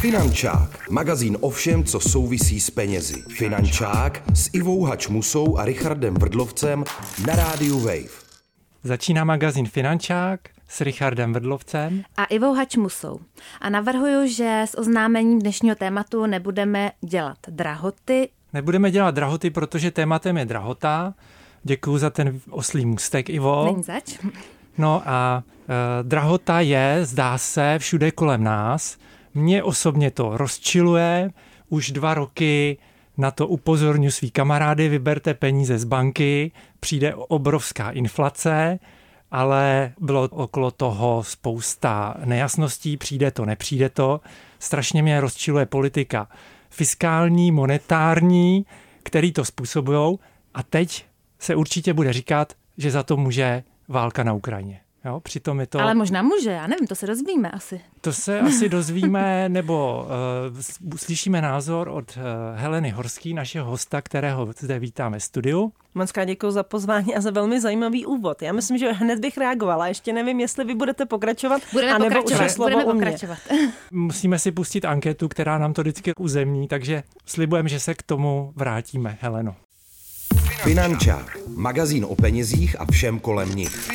Finančák, magazín o všem, co souvisí s penězi. Finančák s Ivou Hačmusou a Richardem Vrdlovcem na rádiu Wave. Začíná magazín Finančák s Richardem Vrdlovcem a Ivou Hačmusou. A navrhuju, že s oznámením dnešního tématu nebudeme dělat drahoty. Nebudeme dělat drahoty, protože tématem je drahota. Děkuju za ten oslý můstek, Ivo. Není zač. No a drahota je, zdá se, všude kolem nás. Mě osobně to rozčiluje. Už 2 roky na to upozorňuji svý kamarády, vyberte peníze z banky, přijde obrovská inflace, ale bylo okolo toho spousta nejasností, přijde to, nepřijde to. Strašně mě rozčiluje politika fiskální, monetární, který to způsobujou, a teď se určitě bude říkat, že za to může válka na Ukrajině. Jo, přitom je to... Ale možná může, já nevím, to se dozvíme asi. To se asi dozvíme, nebo slyšíme názor od Heleny Horský, našeho hosta, kterého zde vítáme v studiu. Moc krát děkuji za pozvání a za velmi zajímavý úvod. Já myslím, že hned bych reagovala. Ještě nevím, jestli vy budete pokračovat, anebo už je slovo u mě. Musíme si pustit anketu, která nám to vždycky uzemní, takže slibujeme, že se k tomu vrátíme, Heleno. Finančák, magazín o penězích a všem kolem nich.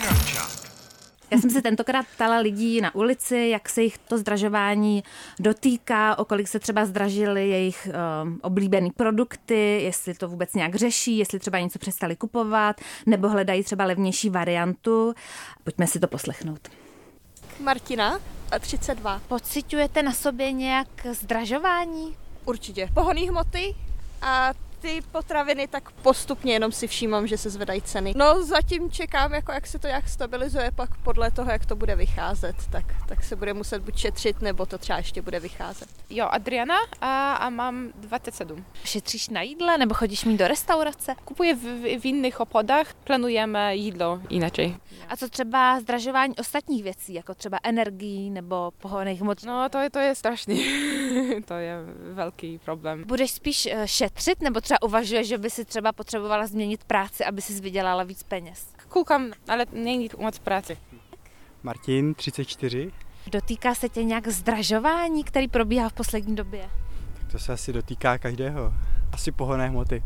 Já jsem se tentokrát ptala lidí na ulici, jak se jich to zdražování dotýká, o kolik se třeba zdražily jejich oblíbený produkty, jestli to vůbec nějak řeší, jestli třeba něco přestali kupovat, nebo hledají třeba levnější variantu. Pojďme si to poslechnout. Martina, 32. Pociťujete na sobě nějak zdražování? Určitě. Pohonné hmoty a ty potraviny, tak postupně jenom si všímám, že se zvedají ceny. No zatím čekám, jak se to nějak stabilizuje, pak podle toho, jak to bude vycházet, tak se bude muset buď šetřit, nebo to třeba ještě bude vycházet. Jo, Adriana a mám 27. Šetříš na jídle, nebo chodíš mít do restaurace? Kupuję w innych obchodach, planujemy jídlo inaczej. A co třeba zdražování ostatních věcí, jako třeba energií nebo pohonných hmot? No to je strašný. To je velký problém. Budeš spíš šetřit, nebo třeba uvažuješ, že by si třeba potřebovala změnit práci, aby si vydělala víc peněz? Koukám, ale není moc práce. Martin, 34. Dotýká se tě nějak zdražování, který probíhá v poslední době? Tak to se asi dotýká každého. Asi pohonné hmoty.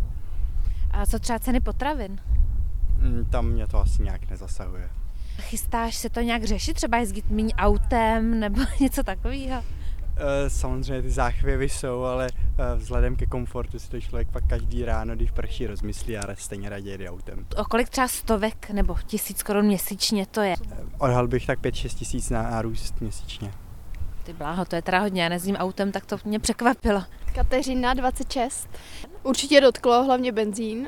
A co třeba ceny potravin? Tam mě to asi nějak nezasahuje. Chystáš se to nějak řešit? Třeba jezdit míň autem nebo něco takového? Samozřejmě ty záchvěvy jsou, ale vzhledem ke komfortu si to člověk pak každý ráno, když prší, rozmyslí a stejně raději jede autem. O kolik třeba stovek nebo 1000 korun měsíčně to je? Odhal bych tak 5-6 tisíc na nárůst měsíčně. Ty bláho, to je teda hodně, já nezdím autem, tak to mě překvapilo. Kateřina, 26. Určitě dotklo, hlavně benzín,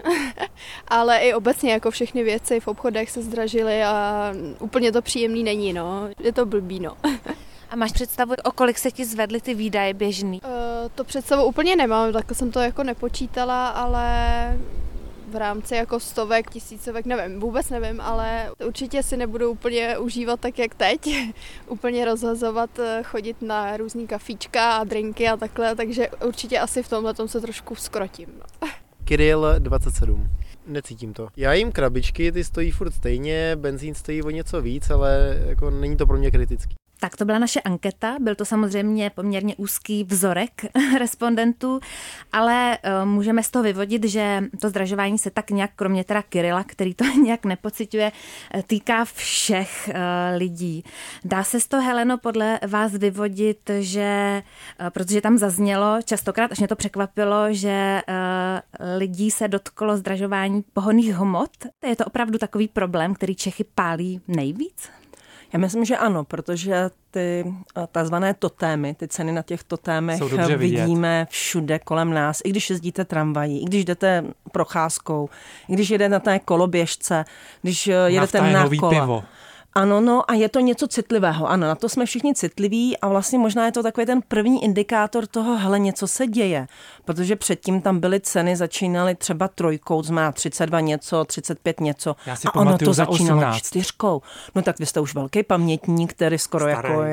ale i obecně jako všechny věci v obchodech se zdražily a úplně to příjemný není, no. Je to blbý, no. A máš představu, o kolik se ti zvedly ty výdaje běžný? To představu úplně nemám, tak jsem to jako nepočítala, ale v rámci jako stovek, tisícovek, nevím, vůbec nevím, ale určitě si nebudu úplně užívat tak, jak teď. Úplně rozhazovat, chodit na různý kafíčka a drinky a takhle, takže určitě asi v tomhletom se trošku zkrotím. No. Kirill, 27. Necítím to. Já jim krabičky, ty stojí furt stejně, benzín stojí o něco víc, ale jako není to pro mě kritický. Tak to byla naše anketa, byl to samozřejmě poměrně úzký vzorek respondentů, ale můžeme z toho vyvodit, že to zdražování se tak nějak, kromě teda Kirila, který to nějak nepociťuje, týká všech lidí. Dá se z toho, Heleno, podle vás vyvodit, že, protože tam zaznělo častokrát, až mě to překvapilo, že lidí se dotklo zdražování pohonných hmot? Je to opravdu takový problém, který Čechy pálí nejvíc? Já myslím, že ano, protože ty takzvané totémy, ty ceny na těch totémech vidíme všude kolem nás. I když jezdíte tramvají, i když jdete procházkou, i když jedete na té koloběžce, když jedete na kola. Pivo. Ano, no a je to něco citlivého. Ano, na to jsme všichni citliví a vlastně možná je to takový ten první indikátor toho, hele, něco se děje. Protože předtím tam byly ceny, začínaly třeba 3, znamená 32 něco, 35 něco. Já si a ono to za začínalo 18. 4. No tak vy jste už velký pamětník, který skoro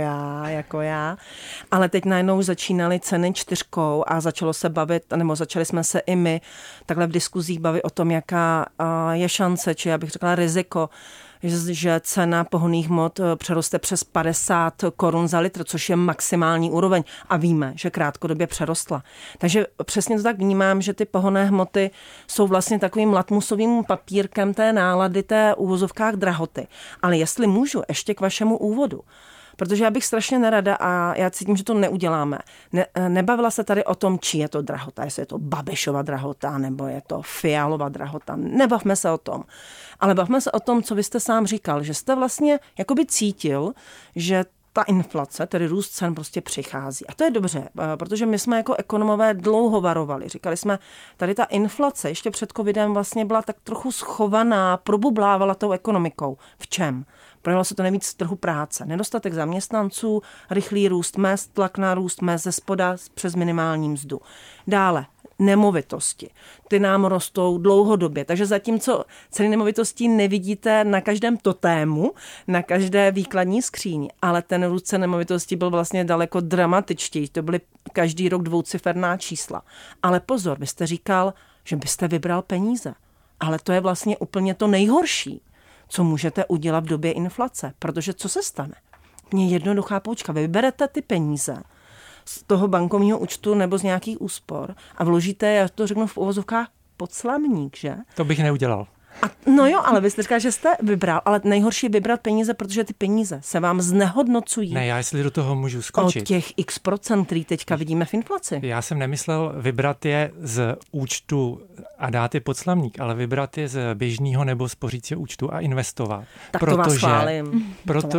jako já. Ale teď najednou začínaly ceny 4 a začalo se bavit, nebo začali jsme se i my takhle v diskuzích bavit o tom, jaká je šance, či já bych řekla riziko, že cena pohonných hmot přeroste přes 50 korun za litr, což je maximální úroveň a víme, že krátkodobě přerostla. Takže přesně to tak vnímám, že ty pohonné hmoty jsou vlastně takovým latmusovým papírkem té nálady, té uvozovkách drahoty. Ale jestli můžu, ještě k vašemu úvodu, protože já bych strašně nerada a já cítím, že to neuděláme. Nebavila se tady o tom, čí je to drahota, jestli je to Babišova drahota, nebo je to Fialova drahota. Nebavme se o tom. Ale bavme se o tom, co vy jste sám říkal, že jste vlastně jakoby cítil, že ta inflace, tedy růst cen prostě přichází. A to je dobře, protože my jsme jako ekonomové dlouho varovali. Říkali jsme, tady ta inflace ještě před covidem vlastně byla tak trochu schovaná, probublávala tou ekonomikou. V čem? Projevilo se to nejvíc z trhu práce. Nedostatek zaměstnanců, rychlý růst mezd, tlak na růst mezd ze spoda přes minimální mzdu. Dále nemovitosti. Ty nám rostou dlouhodobě. Takže zatímco ceny nemovitostí nevidíte na každém totému, na každé výkladní skříni, ale ten růst cen nemovitostí byl vlastně daleko dramatičtější. To byly každý rok dvouciferná čísla. Ale pozor, vy jste říkal, že byste vybral peníze. Ale to je vlastně úplně to nejhorší, co můžete udělat v době inflace. Protože co se stane? Mně jednoduchá poučka. Vy vyberete ty peníze z toho bankovního účtu nebo z nějakých úspor a vložíte, já to řeknu v uvozovkách, pod slamník, že? To bych neudělal. No jo, ale vy jste říkal, že jste vybral, ale nejhorší je vybrat peníze, protože ty peníze se vám znehodnocují. Ne, já jestli do toho můžu skočit. Od těch x%, který teďka vidíme v inflaci. Já jsem nemyslel vybrat je z účtu a dát je pod slamník, ale vybrat je z běžného nebo spořícího účtu a investovat. Tak to vás chválím.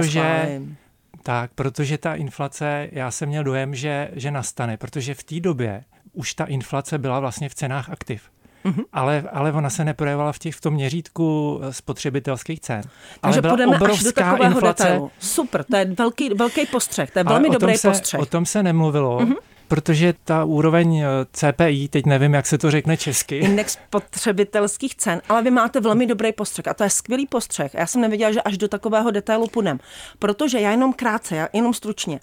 Protože ta inflace, já jsem měl dojem, že nastane, protože v té době už ta inflace byla vlastně v cenách aktiv. Mm-hmm. Ale ona se neprojevovala v tom měřítku spotřebitelských cen. Takže ale půjdeme obrovská až do takového inflace. Detailu. Super, to je velký postřeh, to je velmi dobrý postřeh. O tom se nemluvilo. Mm-hmm. Protože ta úroveň CPI, teď nevím, jak se to řekne česky. Index spotřebitelských cen, ale vy máte velmi dobrý postřeh a to je skvělý postřeh. Já jsem nevěděla, že až do takového detailu půjdem. Protože já jenom krátce, jenom stručně.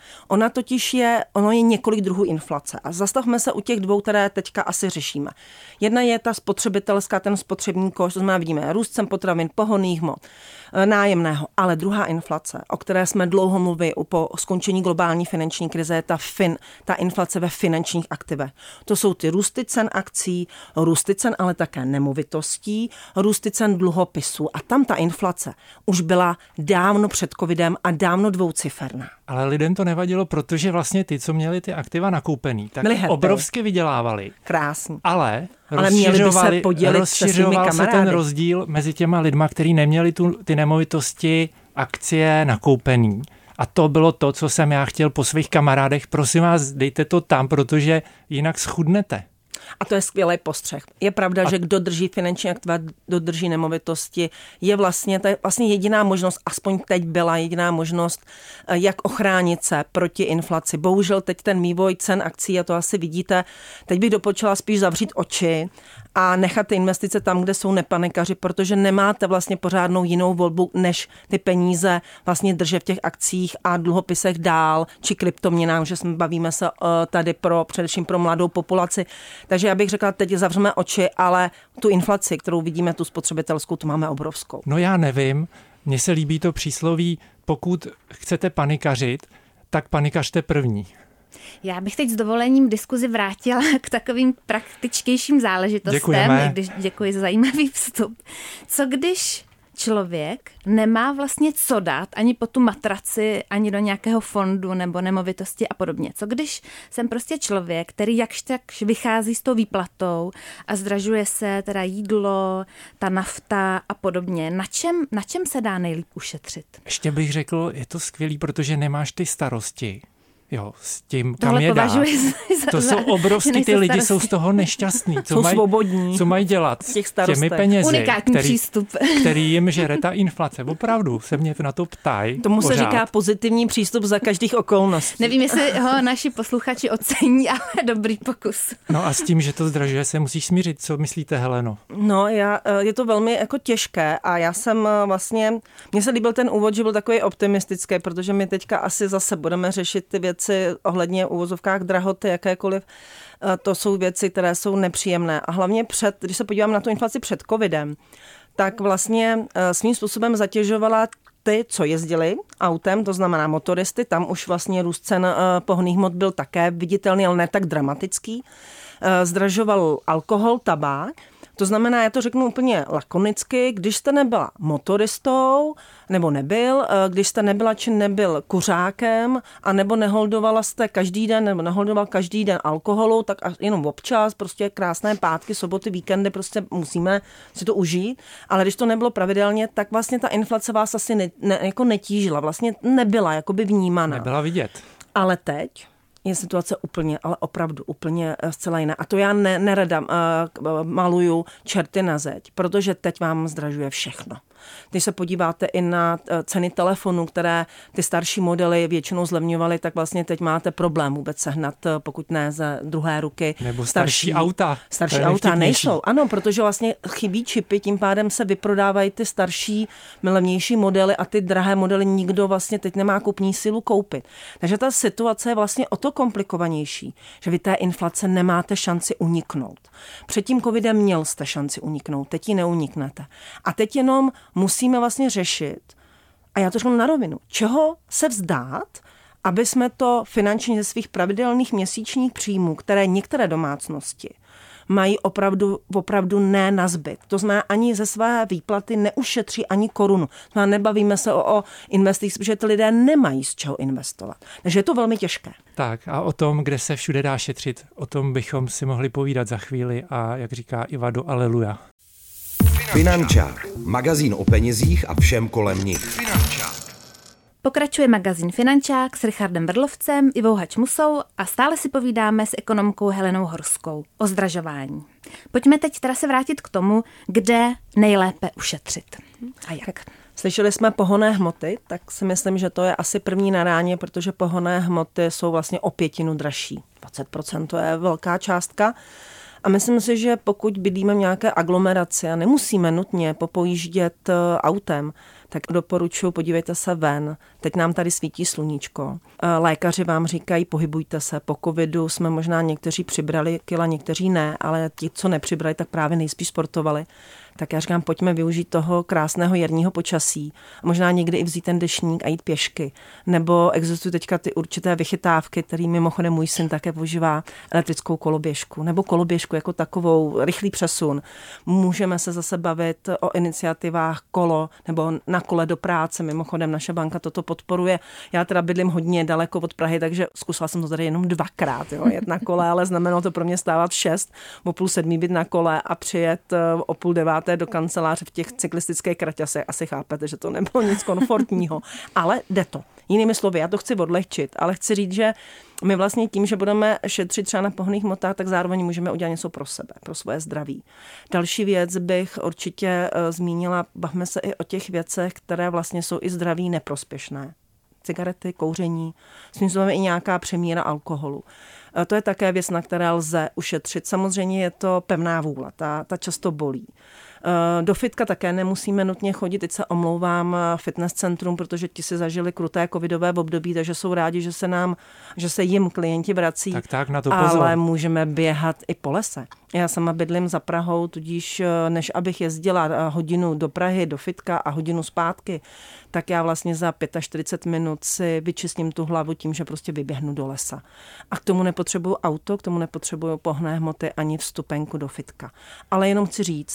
Ono je několik druhů inflace a zastavme se u těch dvou, které teďka asi řešíme. Jedna je ta spotřebitelská, ten spotřební koš, to znamená vidíme růst cen potravin, pohonných hmot, nájemného, ale druhá inflace, o které jsme dlouho mluvili po skončení globální finanční krize, je ta inflace ve finančních aktivech. To jsou ty růsty cen akcí, růsty cen ale také nemovitostí, růsty cen dluhopisů. A tam ta inflace už byla dávno před covidem a dávno dvouciferná. Ale lidem to nevadilo, protože vlastně ty, co měli ty aktiva nakoupený, tak obrovsky vydělávali. Krásný. Ale měli by se podělit se svými kamarády. Se ten rozdíl mezi těma lidma, kteří neměli ty nemovitosti, akcie nakoupený. A to bylo to, co jsem já chtěl po svých kamarádech. Prosím vás, dejte to tam, protože jinak schudnete. A to je skvělý postřeh. Je pravda, že kdo drží finanční aktiva, kdo drží nemovitosti, to je vlastně jediná možnost, aspoň teď byla jediná možnost, jak ochránit se proti inflaci. Bohužel teď ten vývoj cen akcí, a to asi vidíte, teď bych doporučila spíš zavřít oči a nechat ty investice tam, kde jsou nepanikaři, protože nemáte vlastně pořádnou jinou volbu, než ty peníze vlastně držet v těch akcích a dluhopisech dál, či kryptoměnám, že jsme bavíme se tady především pro mladou populaci. Takže já bych řekla, teď zavřeme oči, ale tu inflaci, kterou vidíme, tu spotřebitelskou, tu máme obrovskou. No já nevím, mně se líbí to přísloví, pokud chcete panikařit, tak panikařte první. Já bych teď s dovolením diskuzi vrátila k takovým praktičtějším záležitostem. Děkujeme. Děkuji za zajímavý vstup. Co když člověk nemá vlastně co dát ani po tu matraci, ani do nějakého fondu nebo nemovitosti a podobně. Co když jsem prostě člověk, který jakž tak vychází s tou výplatou a zdražuje se teda jídlo, ta nafta a podobně. Na čem se dá nejlíp ušetřit? Ještě bych řekl, je to skvělý, protože nemáš ty starosti. Jo, s tím, kam je dát. To jsou obrovský, ty lidi jsou z toho nešťastní. Co mají dělat s těmi penězi, unikátní přístup, který jim žere ta inflace. Opravdu se mě na to ptají. Tomu se říká pozitivní přístup za každých okolností. Nevím, jestli ho naši posluchači ocení, ale dobrý pokus. No a s tím, že to zdražuje, se musíš smířit. Co myslíte, Heleno? No, je to velmi jako těžké a já jsem vlastně, mně se líbil ten úvod, že byl takový optimistický, protože my teďka asi zase budeme řešit ty věci ohledně uvozovkách drahoty, jakékoliv, to jsou věci, které jsou nepříjemné. A hlavně když se podívám na tu inflaci před covidem, tak vlastně svým způsobem zatěžovala ty, co jezdili autem, to znamená motoristy, tam už vlastně růst cen pohonných hmot byl také viditelný, ale ne tak dramatický. Zdražoval alkohol, tabák. To znamená, já to řeknu úplně lakonicky, když jste nebyla motoristou, nebo nebyl, když jste nebyla či nebyl kuřákem, a nebo neholdovala jste každý den, nebo neholdoval každý den alkoholu, tak jenom občas, prostě krásné pátky, soboty, víkendy, prostě musíme si to užít, ale když to nebylo pravidelně, tak vlastně ta inflace vás asi jako netížila, vlastně nebyla jakoby vnímaná. Nebyla vidět. Ale teď je situace úplně, ale opravdu úplně zcela jiná. A to já nerada maluju čerty na zeď, protože teď vám zdražuje všechno. Když se podíváte i na ceny telefonů, které ty starší modely většinou zlevňovaly, tak vlastně teď máte problém vůbec sehnat, pokud ne ze druhé ruky. Nebo starší auta. Starší auta nejsou. Ano, protože vlastně chybí čipy, tím pádem se vyprodávají ty starší, levnější modely a ty drahé modely nikdo vlastně teď nemá kupní sílu koupit. Takže ta situace je vlastně o to komplikovanější, že vy té inflace nemáte šanci uniknout. Před tím covidem měl jste šanci uniknout, teď ji neuniknete. A teď jenom musíme vlastně řešit, a já to řeknu na rovinu, čeho se vzdát, aby jsme to finančně ze svých pravidelných měsíčních příjmů, které některé domácnosti mají opravdu ne na zbyt. To znamená, ani ze své výplaty neušetří ani korunu. To znamená, nebavíme se o investicích, protože ty lidé nemají z čeho investovat. Takže je to velmi těžké. Tak a o tom, kde se všude dá šetřit, o tom bychom si mohli povídat za chvíli a jak říká Ivado, aleluja. Finančák. Magazín o penězích a všem kolem nich. Pokračuje magazín Finančák s Richardem Vrdlovcem, Ivou Hačmusou a stále si povídáme s ekonomkou Helenou Horskou o zdražování. Pojďme teď teda se vrátit k tomu, kde nejlépe ušetřit a jak. Slyšeli jsme pohonné hmoty, tak si myslím, že to je asi první na ráně, protože pohonné hmoty jsou vlastně o 1/5 dražší. 20% to je velká částka. A myslím si, že pokud bydlíme v nějaké aglomeraci a nemusíme nutně popojíždět autem, tak doporučuji, podívejte se ven. Teď nám tady svítí sluníčko. Lékaři vám říkají, pohybujte se. Po covidu jsme možná někteří přibrali kila, někteří ne, ale ti, co nepřibrali, tak právě nejspíš sportovali. Tak já říkám, pojďme využít toho krásného jarního počasí. A možná někdy i vzít ten deštník a jít pěšky. Nebo existují teďka ty určité vychytávky, který mimochodem můj syn také používá, elektrickou koloběžku. Nebo koloběžku jako takovou, rychlý přesun. Můžeme se zase bavit o iniciativách kolo nebo na kole do práce. Mimochodem naše banka toto podporuje. Já teda bydlím hodně daleko od Prahy, takže zkusila jsem to tady jenom 2krát, jet na kole, ale znamenalo to pro mě stávat 6, o 6:30 být na kole a přijet o 8:30 do kanceláře v těch cyklistických kraťasech. Asi chápete, že to nebylo nic komfortního, ale jde to. Jinými slovy, já to chci odlehčit, ale chci říct, že my vlastně tím, že budeme šetřit třeba na pohonných hmotách, tak zároveň můžeme udělat něco pro sebe, pro svoje zdraví. Další věc bych určitě zmínila, bavme se i o těch věcech, které vlastně jsou i zdraví neprospěšné. Cigarety, kouření, svým způsobem i nějaká přemíra alkoholu. To je také věc, na které lze ušetřit. Samozřejmě je to pevná vůle, ta často bolí. Do fitka také nemusíme nutně chodit, teď se omlouvám fitness centrum, protože ti si zažili kruté covidové období, takže jsou rádi, že se jim klienti vrací, tak na to pozor. Ale můžeme běhat i po lese. Já sama bydlím za Prahou, tudíž než abych jezdila hodinu do Prahy, do fitka a hodinu zpátky, tak já vlastně za 45 minut si vyčistím tu hlavu tím, že prostě vyběhnu do lesa. A k tomu nepotřebuju auto, k tomu nepotřebuju pohonné hmoty ani vstupenku do fitka. Ale jenom chci říct,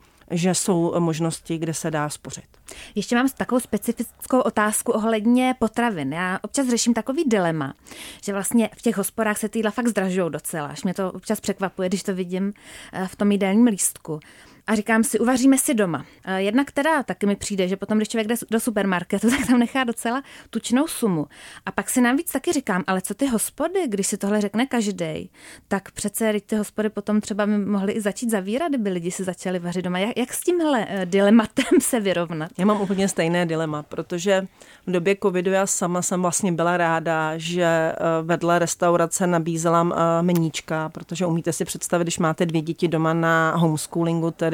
že jsou možnosti, kde se dá spořit. Ještě mám takovou specifickou otázku ohledně potravin. Já občas řeším takový dilema, že vlastně v těch hospodách se ty jídla fakt zdražují docela. Až mě to občas překvapuje, když to vidím v tom jídelním lístku. A říkám si, uvaříme si doma. Jednak teda taky mi přijde, že potom, když člověk jde do supermarketu, tak tam nechá docela tučnou sumu. A pak si navíc taky říkám, ale co ty hospody, když si tohle řekne každej, tak přece ty hospody potom třeba by mohly i začít zavírat, kdyby lidi si začali vařit doma. Jak s tímhle dilematem se vyrovnat? Já mám úplně stejné dilema, protože v době covidu já sama jsem vlastně byla ráda, že vedle restaurace nabízela meníčka, protože umíte si představit, když máte 2 děti doma na homeschoolingu, tedy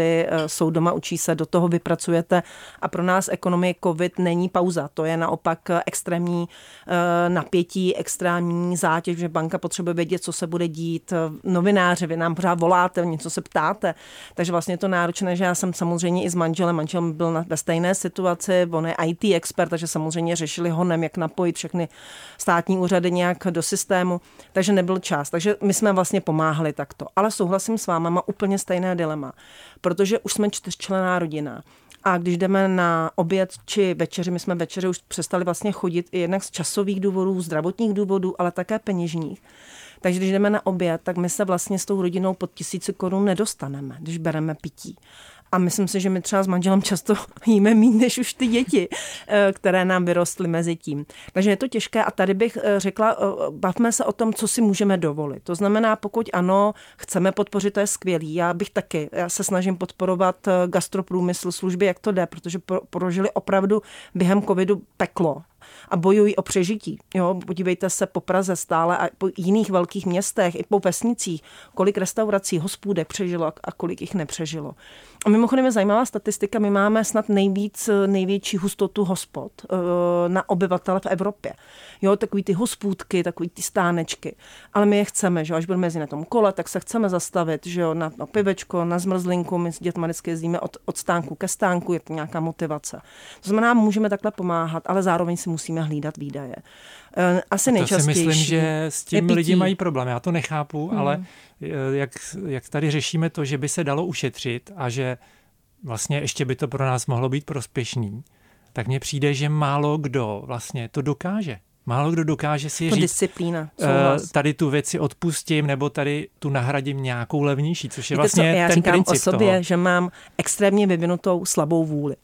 tady jsou doma, učí se, do toho vypracujete a pro nás ekonomie COVID není pauza. To je naopak extrémní napětí, extrémní zátěž, že banka potřebuje vědět, co se bude dít. Novináři, vy nám pořád voláte, něco se ptáte. Takže vlastně je to náročné, že já jsem samozřejmě i s manželem. Manžel byl ve stejné situaci, on je IT expert, takže samozřejmě řešili honem, jak napojit všechny státní úřady nějak do systému, takže nebyl čas. Takže my jsme vlastně pomáhali takto. Ale souhlasím s váma, má úplně stejné dilema, protože už jsme 4členná rodina. A když jdeme na oběd či večeři, my jsme večeři už přestali vlastně chodit i jednak z časových důvodů, zdravotních důvodů, ale také peněžních. Takže když jdeme na oběd, tak my se vlastně s tou rodinou pod 1000 korun nedostaneme, když bereme pití. A myslím si, že my třeba s manželem často jíme méně než už ty děti, které nám vyrostly mezi tím. Takže je to těžké a tady bych řekla, bavme se o tom, co si můžeme dovolit. To znamená, pokud ano, chceme podpořit, to je skvělý. Já se snažím podporovat gastroprůmysl, služby, jak to jde, protože prožili opravdu během covidu peklo. A bojují o přežití. Jo, podívejte se po Praze stále a po jiných velkých městech, i po vesnicích, kolik restaurací, hospůdek přežilo a kolik jich nepřežilo. A mimochodem je zajímavá statistika, my máme snad největší hustotu hospod na obyvatele v Evropě. Jo, takový ty hospůdky, takový ty stánečky. Ale my je chceme, že až budeme jezdit na tom kole, tak se chceme zastavit, že jo, na pivečko, na zmrzlinku, my s dětmi vždycky jezdíme od stánku ke stánku, je to nějaká motivace. To znamená, můžeme takhle pomáhat, ale zároveň si musíme hlídat výdaje. Asi nejčastější. To si myslím, že s tím lidi mají problém. Já to nechápu, ale jak tady řešíme to, že by se dalo ušetřit a že vlastně ještě by to pro nás mohlo být prospěšný, tak mně přijde, že málo kdo vlastně to dokáže. Málo kdo dokáže si říct, disciplína, tady tu věci odpustím, nebo tady tu nahradím nějakou levnější, což je vlastně já ten princip o sobě, toho. že mám extrémně vyvinutou slabou vůli.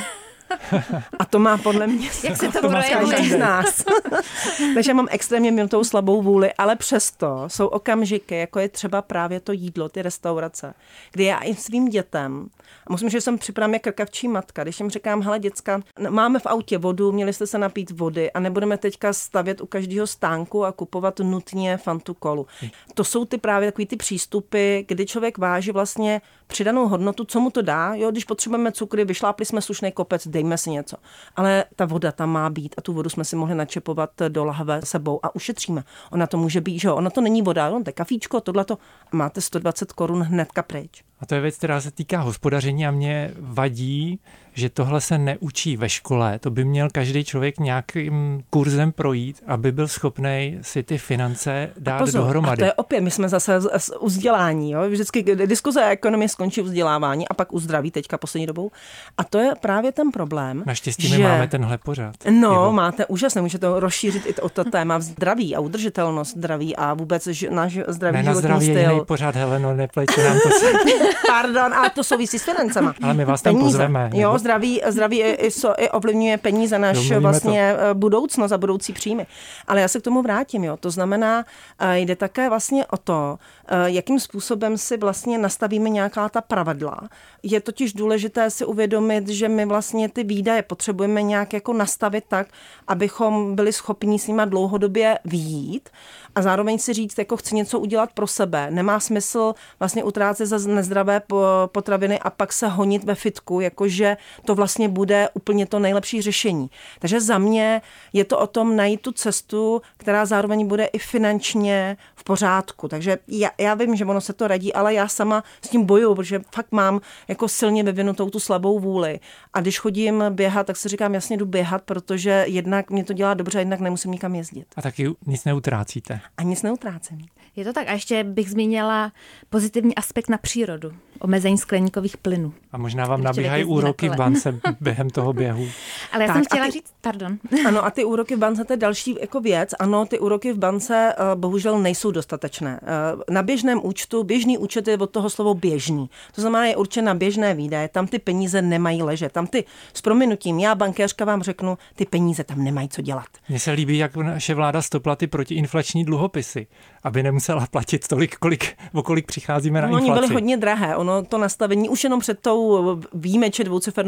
A to má podle mě jak se to projevuje z nás. Takže mám extrémně minutou slabou vůli, ale přesto jsou okamžiky, jako je třeba právě to jídlo, ty restaurace, kdy já i svým dětem, a musím, že jsem připravám jak krkavčí matka, když jim říkám, hele děcka, máme v autě vodu, měli jste se napít vody a nebudeme teďka stavět u každého stánku a kupovat nutně Fantu kolu. To jsou ty právě takový ty přístupy, kdy člověk váží vlastně přidanou hodnotu, co mu to dá. Jo, když potřebujeme cukry, vyšlápli jsme slušný kopec, dejme si něco. Ale ta voda tam má být a tu vodu jsme si mohli načepovat do lahve sebou a ušetříme. Ona to může být, že jo, ona to není voda, to je kafíčko, tohleto a máte 120 korun hnedka pryč. A to je věc, která se týká hospodaření a mě vadí, že tohle se neučí ve škole. To by měl každý člověk nějakým kurzem projít, aby byl schopný si ty finance dát dohromady. A to je opět, my jsme zase u vzdělání. Jo? Vždycky diskuze o ekonomii skončí u vzdělávání a pak u zdraví teďka poslední dobou. A to je právě ten problém. Naštěstí my máme tenhle pořád. No, máte úžasné, můžete to rozšířit i o to téma zdraví a udržitelnost zdraví a vůbec náš zdravý životní styl. Ne, na zdraví je jiný pořád, Heleno, neplejte nám to. Pardon, ale to souvisí s financema. Ale my vás tam pozveme. Jo, zdraví i ovlivňuje peníze, náš vlastně budoucnost a budoucí příjmy. Ale já se k tomu vrátím, jo. To znamená, jde také vlastně o to, jakým způsobem si vlastně nastavíme nějaká ta pravidla. Je totiž důležité si uvědomit, že my vlastně ty výdaje potřebujeme nějak jako nastavit tak, abychom byli schopni s nima dlouhodobě vyjít a zároveň si říct, jako chci něco udělat pro sebe. Nemá smysl vlastně utrácet za nezdravé potraviny a pak se honit ve fitku, jakože to vlastně bude úplně to nejlepší řešení. Takže za mě je to o tom najít tu cestu, která zároveň bude i finančně v pořádku. Takže já vím, že ono se to radí, ale já sama s tím bojuju, protože fakt mám jako silně vyvinutou tu slabou vůli. A když chodím běhat, tak si říkám, jasně jdu běhat, protože jednak mě to dělá dobře, jednak nemusím nikam jezdit. A taky nic neutrácíte. A nic neutrácím. Je to tak. A ještě bych zmínila pozitivní aspekt na přírodu. Omezení skleníkových plynů. A možná vám nabíhají úroky v bance během toho běhu. Ale já jsem chtěla říct, pardon. Ano, a ty úroky v bance, to je další jako věc. Ano, ty úroky v bance bohužel nejsou dostatečné. Na běžném účtu, běžný účet je od toho slovo běžný. To znamená, je určen na běžné výdaje. Tam ty peníze nemají ležet. Tam ty, s prominutím, já bankéřka vám řeknu, ty peníze tam nemají co dělat. Mně se líbí, jak naše vláda stopla ty protiinflační dluhopisy, aby nemusela platit tolik, kolik přicházíme na inflaci. Oni byly hodně drahé. Ono to nastavení už jenom před tou výjimeče dvoucifernou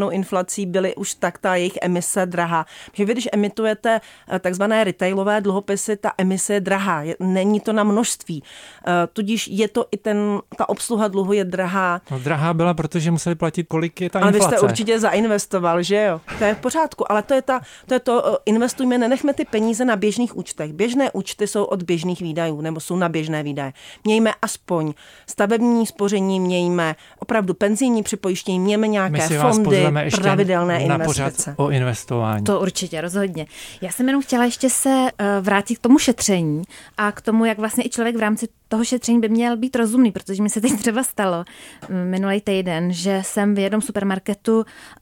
šílenou inflací byly už tak ta jejich emise drahá. Že vy, když emitujete takzvané retailové dluhopisy, ta emise je drahá, není to na množství. Tudíž je to i ta obsluha dluhu je drahá. No, drahá byla, protože museli platit, kolik je ta inflace. Ale vy jste určitě zainvestoval, že jo? To je v pořádku, ale to je to investujme, nenechme ty peníze na běžných účtech. Běžné účty jsou od běžných výdajů, nebo jsou na běžné výdaje. Mějme aspoň stavební spoření, mějme opravdu penzijní připojištění, mějme nějaké fondy, pravidelné investice. O investování. To určitě, rozhodně. Já jsem jenom chtěla ještě se vrátit k tomu šetření a k tomu, jak vlastně i člověk v rámci toho šetření by měl být rozumný, protože mi se teď třeba stalo minulý týden, že jsem v jednom supermarketu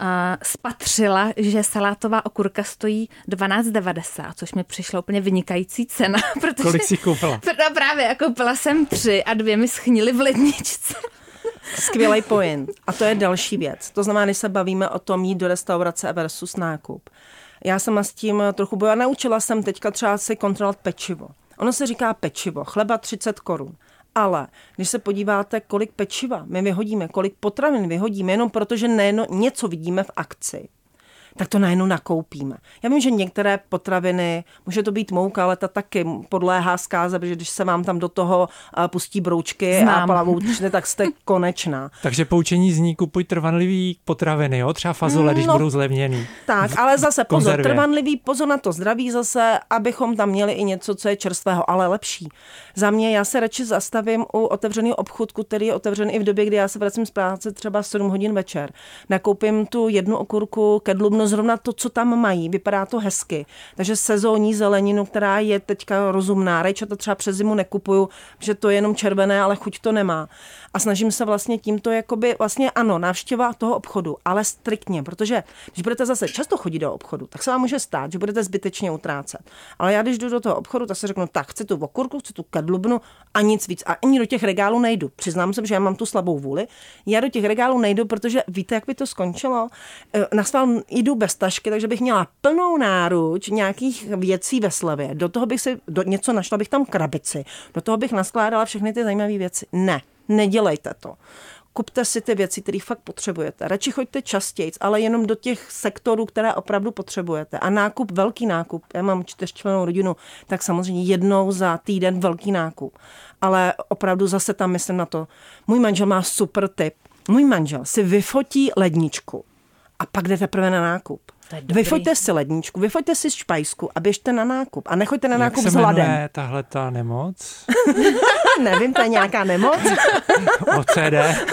spatřila, že salátová okurka stojí 12,90, což mi přišlo úplně vynikající cena. Kolik jsi koupila? No právě, koupila jsem 3 a 2 mi schnily v ledničce. Skvělý point. A to je další věc. To znamená, když se bavíme o tom jít do restaurace versus nákup. Já jsem s tím trochu bojovala. Naučila jsem teďka třeba si kontrolovat pečivo. Ono se říká pečivo, chleba 30 korun. Ale když se podíváte, kolik pečiva my vyhodíme, kolik potravin vyhodíme, jenom protože něco vidíme v akci, tak to najednou nakoupíme. Já vím, že některé potraviny, může to být mouka, ale ta taky podléhá zkáze, protože když se vám tam do toho pustí broučky a plavoučky, tak jste konečná. Takže poučení zní, kupuj trvanlivý potraviny, jo? Třeba fazole, když budou zlevněný. Tak, ale zase pozor, trvanlivý, pozor na to zdraví zase, abychom tam měli i něco, co je čerstvého, ale lepší. Za mě, já se radši zastavím u otevřeného obchůdku, který je otevřen i v době, kdy já se vracím z práce třeba 7 hodin večer. Nakoupím tu jednu okurku, kedlubnu, zrovna to, co tam mají, vypadá to hezky. Takže sezónní zeleninu, která je teďka rozumná, rajčata třeba přes zimu nekupuju, že to je jenom červené, ale chuť to nemá. A snažím se vlastně tímto vlastně ano, návštěva toho obchodu, ale striktně, protože když budete zase často chodit do obchodu, tak se vám může stát, že budete zbytečně utrácet. Ale já když jdu do toho obchodu, tak si řeknu, tak chci tu okurku, chci tu kedlubnu a nic víc. A ani do těch regálů nejdu. Přiznám se, že já mám tu slabou vůli. Já do těch regálů nejdu, protože víte, jak by to skončilo? Na jdu bez tašky, takže bych měla plnou náruč nějakých věcí ve slevě. Do toho bych si něco našla, bych tam krabici. Do toho bych naskládala všechny ty zajímavé věci. Ne, nedělejte to. Kupte si ty věci, které fakt potřebujete. Radši choďte častěji, ale jenom do těch sektorů, které opravdu potřebujete. A nákup, velký nákup, já mám 4člennou rodinu, tak samozřejmě jednou za týden velký nákup. Ale opravdu zase tam myslím na to. Můj manžel má super tip. Můj manžel si vyfotí ledničku a pak jdete prvé na nákup. Vyfoťte si ledničku, vyfoťte si špajsku a běžte na nákup. A nechoďte na nákup s hladem. Jak se jmenuje tahleta nemoc? Nevím, to je nějaká nemoc. OCD.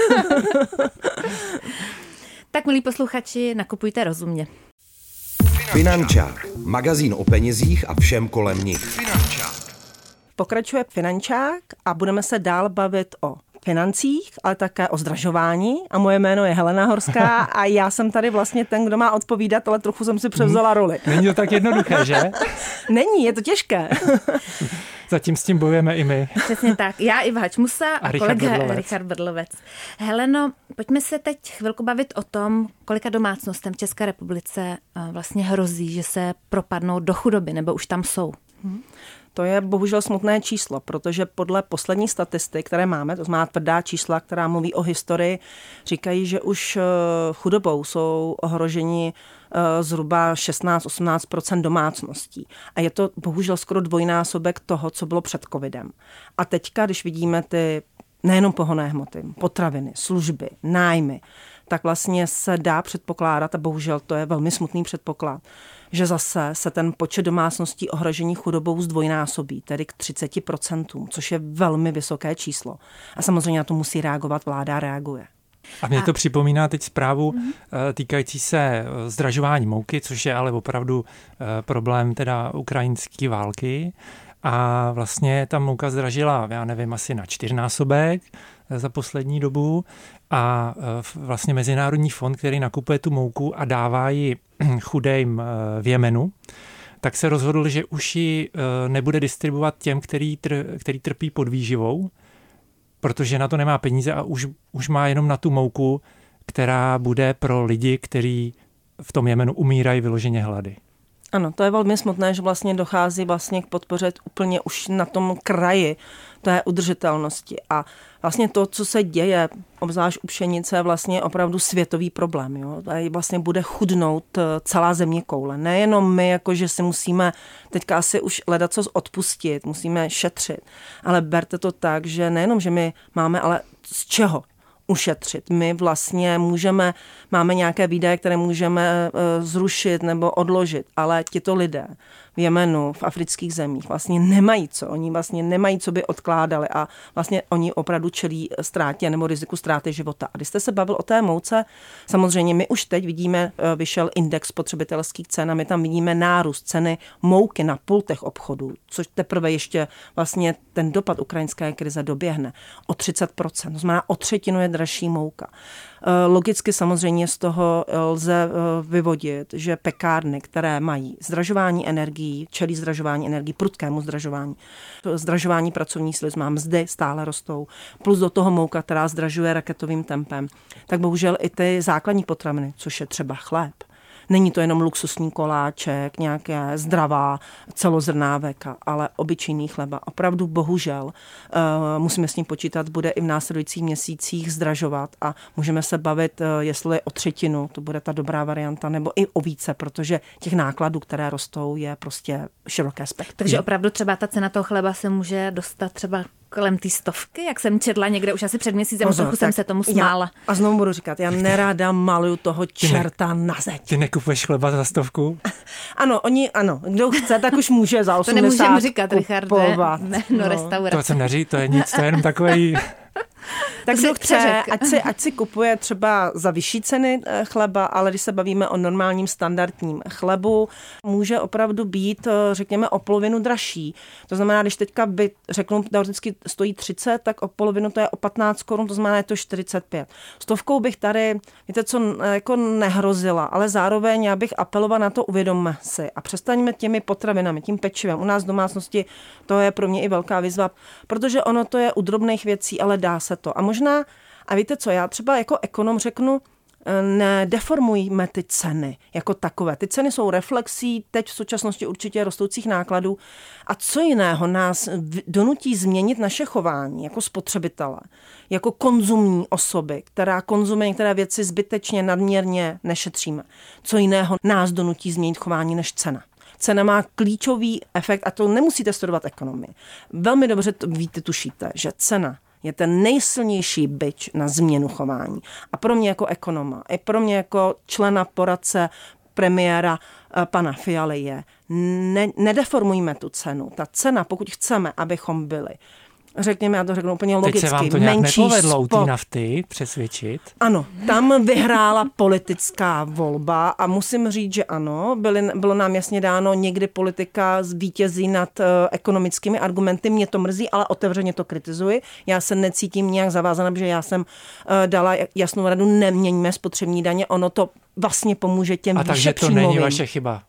Tak, milí posluchači, nakupujte rozumně. Finančák. Magazín o penězích a všem kolem nich. Finančák. Pokračuje Finančák a budeme se dál bavit o financích, ale také o zdražování. A moje jméno je Helena Horská a já jsem tady vlastně ten, kdo má odpovídat, ale trochu jsem si převzala roli. Není to tak jednoduché, že? Není, je to těžké. Zatím s tím bojujeme i my. Přesně tak. Já, Iva Hačmusa a kolega Richard Brdlovec. Heleno, pojďme se teď chvilku bavit o tom, kolika domácnostem v České republice vlastně hrozí, že se propadnou do chudoby, nebo už tam jsou. To je bohužel smutné číslo, protože podle posledních statistik, které máme, to znamená tvrdá čísla, která mluví o historii, říkají, že už chudobou jsou ohroženi zhruba 16-18% domácností. A je to bohužel skoro dvojnásobek toho, co bylo před covidem. A teďka, když vidíme ty nejenom pohonné hmoty, potraviny, služby, nájmy, tak vlastně se dá předpokládat, a bohužel to je velmi smutný předpoklad, že zase se ten počet domácností ohrožení chudobou zdvojnásobí, tedy k 30%, což je velmi vysoké číslo. A samozřejmě na to musí reagovat vláda, reaguje. A mě to připomíná teď zprávu týkající se zdražování mouky, což je ale opravdu problém teda ukrajinské války. A vlastně ta mouka zdražila, já nevím, asi na 4násobek za poslední dobu. A vlastně Mezinárodní fond, který nakupuje tu mouku a dává ji chudým v Jemenu, tak se rozhodl, že už ji nebude distribuovat těm, který trpí podvýživou, protože na to nemá peníze a už má jenom na tu mouku, která bude pro lidi, kteří v tom Jemenu umírají vyloženě hlady. Ano, to je velmi smutné, že vlastně dochází vlastně k podpoře úplně už na tom kraji té udržitelnosti. A vlastně to, co se děje, obzvlášť u pšenice, je vlastně opravdu světový problém. Jo? Tady vlastně bude chudnout celá zeměkoule. Nejenom my, jakože si musíme teďka asi už ledacos odpustit, musíme šetřit, ale berte to tak, že nejenom, že my máme, ale z čeho ušetřit. My vlastně máme nějaké výdaje, které můžeme zrušit nebo odložit, ale tito lidé v Jemenu, v afrických zemích vlastně nemají co. Oni vlastně nemají, co by odkládali a vlastně oni opravdu čelí ztrátě nebo riziku ztráty života. A když jste se bavil o té mouce, samozřejmě my už teď vidíme, vyšel index spotřebitelských cen a my tam vidíme nárůst ceny mouky na pultech obchodů, což teprve ještě vlastně ten dopad ukrajinské krize doběhne o 30%. To znamená, o třetinu je dražší mouka. Logicky samozřejmě z toho lze vyvodit, že pekárny, které mají zdražování energií, čelí zdražování energií, prudkému zdražování pracovní síly, mzdy stále rostou, plus do toho mouka, která zdražuje raketovým tempem, tak bohužel i ty základní potraviny, což je třeba chléb. Není to jenom luxusní koláček, nějaké zdravá celozrnáveka, ale obyčejný chleba. Opravdu bohužel musíme s tím počítat, bude i v následujících měsících zdražovat a můžeme se bavit, jestli o třetinu, to bude ta dobrá varianta, nebo i o více, protože těch nákladů, které rostou, je prostě široké spektrum. Takže opravdu třeba ta cena toho chleba se může dostat třeba kolem té 100, jak jsem četla někde už asi před měsícem, trochu jsem se tomu smála. A znovu budu říkat, já nerada maluju toho čerta na zeď. Ty nekupuješ chleba za 100? Ano, kdo chce, tak už může za 80 to nemůžeme říkat, Richarde, restaurace. To jsem neříct, to je nic, to je jenom takovej... Tak kdo chce, ať si kupuje třeba za vyšší ceny chleba, ale když se bavíme o normálním standardním chlebu, může opravdu být, řekněme, o polovinu dražší. To znamená, když teďka řeknu, teoreticky stojí 30, tak o polovinu to je o 15 korun, to znamená, je to 45. 100 bych tady, víte co, jako nehrozila, ale zároveň já bych apelovala na to, uvědomme si a přestaňme těmi potravinami, tím pečivem. U nás v domácnosti to je pro mě i velká výzva, protože ono to je u drobných věcí, ale dá se to. A možná, a víte co, já třeba jako ekonom řeknu, nedeformujme ty ceny jako takové. Ty ceny jsou reflexí teď v současnosti určitě rostoucích nákladů. A co jiného nás donutí změnit naše chování jako spotřebitele, jako konzumní osoby, která konzumuje některé věci zbytečně, nadměrně, nešetříme. Co jiného nás donutí změnit chování než cena. Cena má klíčový efekt a to nemusíte studovat ekonomii. Velmi dobře tušíte, že cena je ten nejsilnější bič na změnu chování. A pro mě jako ekonoma, i pro mě jako člena poradce premiéra pana Fialy je, nedeformujme tu cenu. Ta cena, pokud chceme, abychom byli, řekněme, já to řeknu úplně logicky. Teď se vám to nějak nepovedlo u té nafty přesvědčit? Ano, tam vyhrála politická volba a musím říct, že ano, bylo nám jasně dáno, někdy politika zvítězí nad ekonomickými argumenty, mě to mrzí, ale otevřeně to kritizuji. Já se necítím nějak zavázaná, protože já jsem dala jasnou radu, neměňme spotřební daně, ono to vlastně pomůže těm výše příjmovým. A takže to není vaše chyba.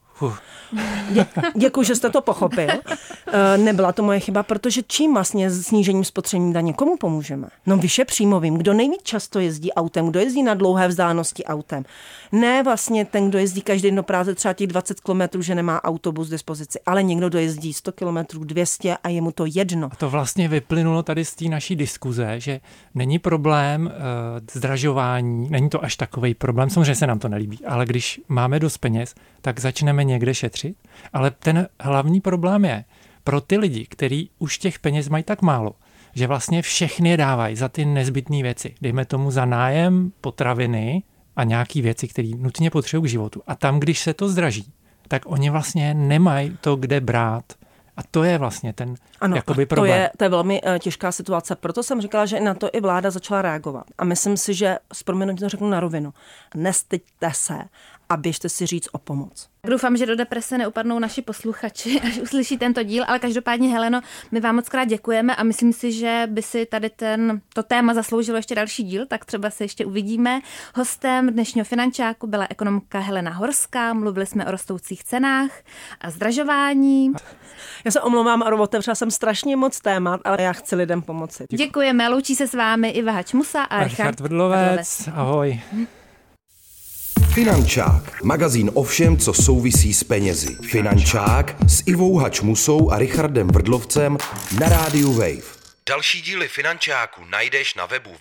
Děkuji, že jste to pochopil. Nebyla to moje chyba, protože čím vlastně snížením spotřební daně, komu pomůžeme? No vyše příjmovým. Kdo nejvíc často jezdí autem, kdo jezdí na dlouhé vzdálenosti autem. Ne vlastně ten, kdo jezdí každý den do práce třeba těch 20 kilometrů, že nemá autobus k dispozici, ale někdo dojezdí 100 kilometrů, 200 a je mu to jedno. A to vlastně vyplynulo tady z té naší diskuze, že není problém zdražování, není to až takovej problém, samozřejmě se nám to nelíbí, ale když máme dost peněz, tak začneme někde šetřit, ale ten hlavní problém je pro ty lidi, kteří už těch peněz mají tak málo, že vlastně všechny je dávají za ty nezbytné věci. Dejme tomu za nájem, potraviny a nějaký věci, které nutně potřebují k životu. A tam, když se to zdraží, tak oni vlastně nemají to, kde brát. A to je vlastně ten jakoby problém. To je velmi těžká situace. Proto jsem říkala, že na to i vláda začala reagovat. A myslím si, že s proměnutím to řeknu na rovinu. Nestyďte se a běžte si říct o pomoc. Doufám, že do deprese neupadnou naši posluchači, až uslyší tento díl, ale každopádně, Heleno, my vám moc krát děkujeme a myslím si, že by si tady to téma zasloužilo ještě další díl, tak třeba se ještě uvidíme. Hostem dnešního finančáku byla ekonomka Helena Horská, mluvili jsme o rostoucích cenách a zdražování. Já se omlouvám, otevřela jsem strašně moc témat, ale já chci lidem pomoci. Děkujeme, loučí se s vámi Iva Hačmusa a Richard Vrdlovec. Ahoj. Finančák, magazín o všem, co souvisí s penězi. Finančák s Ivou Hačmusou a Richardem Vrdlovcem na rádiu Wave. Další díly Finančáku najdeš na webu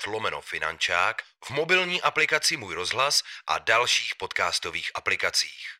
wave.cz/finančák, v mobilní aplikaci Můj rozhlas a dalších podcastových aplikacích.